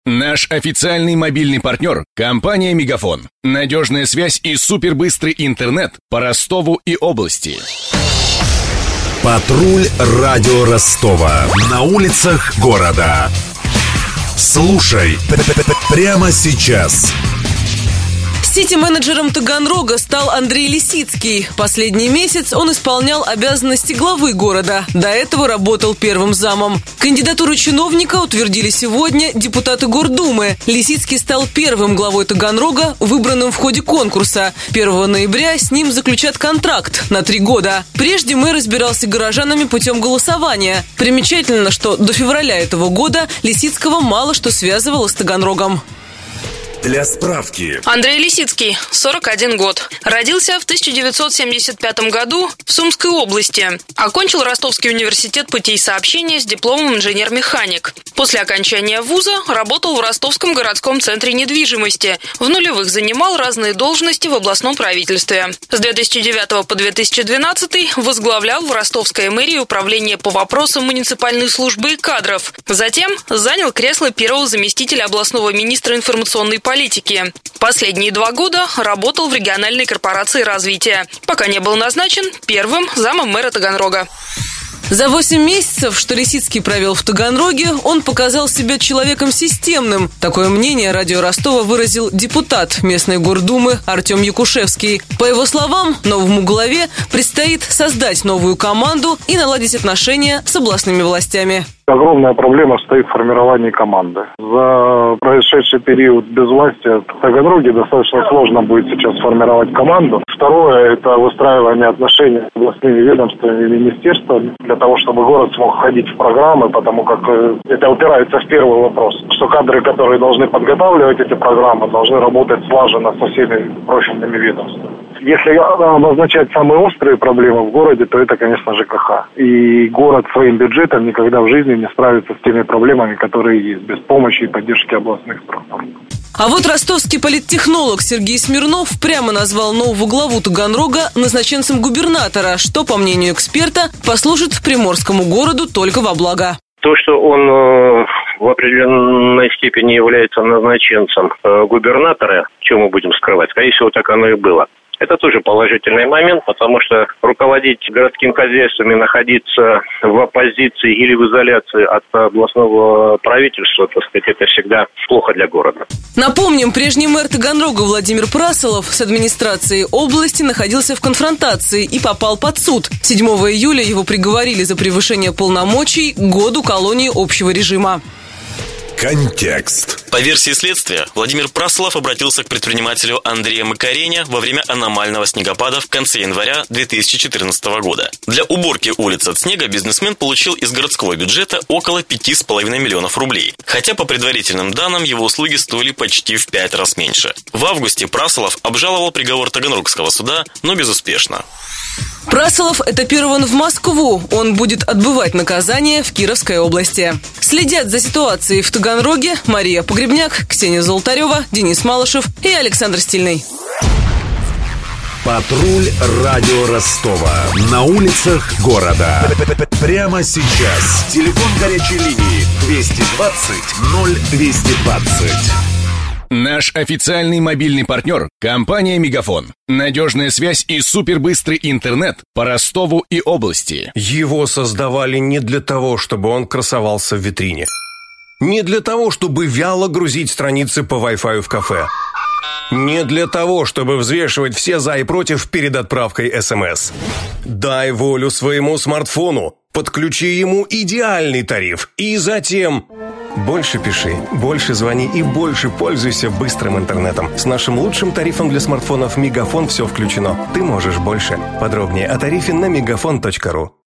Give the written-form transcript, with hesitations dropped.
Наш официальный мобильный партнер – компания «Мегафон». Надежная связь и супербыстрый интернет по Ростову и области. Патруль радио Ростова. На улицах города. Слушай прямо сейчас. Сити-менеджером Таганрога стал Андрей Лисицкий. Последний месяц он исполнял обязанности главы города. До этого работал первым замом. Кандидатуру чиновника утвердили сегодня депутаты Гордумы. Лисицкий стал первым главой Таганрога, выбранным в ходе конкурса. 1 ноября с ним заключат контракт на 3 года. Прежде мэр разбирался с горожанами путем голосования. Примечательно, что до февраля этого года Лисицкого мало что связывало с Таганрогом. Для справки. Андрей Лисицкий, 41 год. Родился в 1975 году в Сумской области. Окончил Ростовский университет путей сообщения с дипломом инженер-механик. После окончания вуза работал в Ростовском городском центре недвижимости. В нулевых занимал разные должности в областном правительстве. С 2009 по 2012 возглавлял в Ростовской мэрии управление по вопросам муниципальной службы и кадров. Затем занял кресло первого заместителя областного министра информационной политики. Последние 2 года работал в региональной корпорации развития, пока не был назначен первым замом мэра Таганрога. За 8 месяцев, что Лисицкий провел в Таганроге, он показал себя человеком системным. Такое мнение радио Ростова выразил депутат местной Гордумы Артем Якушевский. По его словам, новому главе предстоит создать новую команду и наладить отношения с областными властями. Огромная проблема стоит в формировании команды. За прошедший период безвластия в Таганроге достаточно сложно будет сейчас сформировать команду. Второе – это выстраивание отношений с областными ведомствами и министерствами для того, чтобы город смог входить в программы, потому как это упирается в первый вопрос, что кадры, которые должны подготавливать эти программы, должны работать слаженно со всеми профильными ведомствами. Если обозначать самые острые проблемы в городе, то это, конечно, ЖКХ. И город своим бюджетом никогда в жизни не справится с теми проблемами, которые есть, без помощи и поддержки областных структур. А вот ростовский политтехнолог Сергей Смирнов прямо назвал нового главу Таганрога назначенцем губернатора, что, по мнению эксперта, послужит приморскому городу только во благо. То, что он в определенной степени является назначенцем губернатора, чего мы будем скрывать, скорее всего, так оно и было. Это тоже положительный момент, потому что руководить городским хозяйством и находиться в оппозиции или в изоляции от областного правительства, так сказать, это всегда плохо для города. Напомним, прежний мэр Таганрога Владимир Прасолов с администрацией области находился в конфронтации и попал под суд. 7 июля его приговорили за превышение полномочий к году колонии общего режима. Контекст. По версии следствия, Владимир Прасолов обратился к предпринимателю Андрею Макарене во время аномального снегопада в конце января 2014 года. Для уборки улиц от снега бизнесмен получил из городского бюджета около 5,5 миллионов рублей. Хотя по предварительным данным его услуги стоили почти в 5 раз меньше. В августе Прасолов обжаловал приговор Таганрогского суда, но безуспешно. Прасолов этапирован в Москву. Он будет отбывать наказание в Кировской области. Следят за ситуацией в Таганроге Мария Погребняк, Ксения Золотарева, Денис Малышев и Александр Стильный. Патруль радио Ростова. На улицах города. Прямо сейчас. Телефон горячей линии 220 0220. Наш официальный мобильный партнер – компания «Мегафон». Надежная связь и супербыстрый интернет по Ростову и области. Его создавали не для того, чтобы он красовался в витрине. Не для того, чтобы вяло грузить страницы по Wi-Fi в кафе. Не для того, чтобы взвешивать все за и против перед отправкой СМС. Дай волю своему смартфону. Подключи ему идеальный тариф. И затем... Больше пиши, больше звони и больше пользуйся быстрым интернетом. С нашим лучшим тарифом для смартфонов «Мегафон» все включено. Ты можешь больше. Подробнее о тарифе на megafon.ru.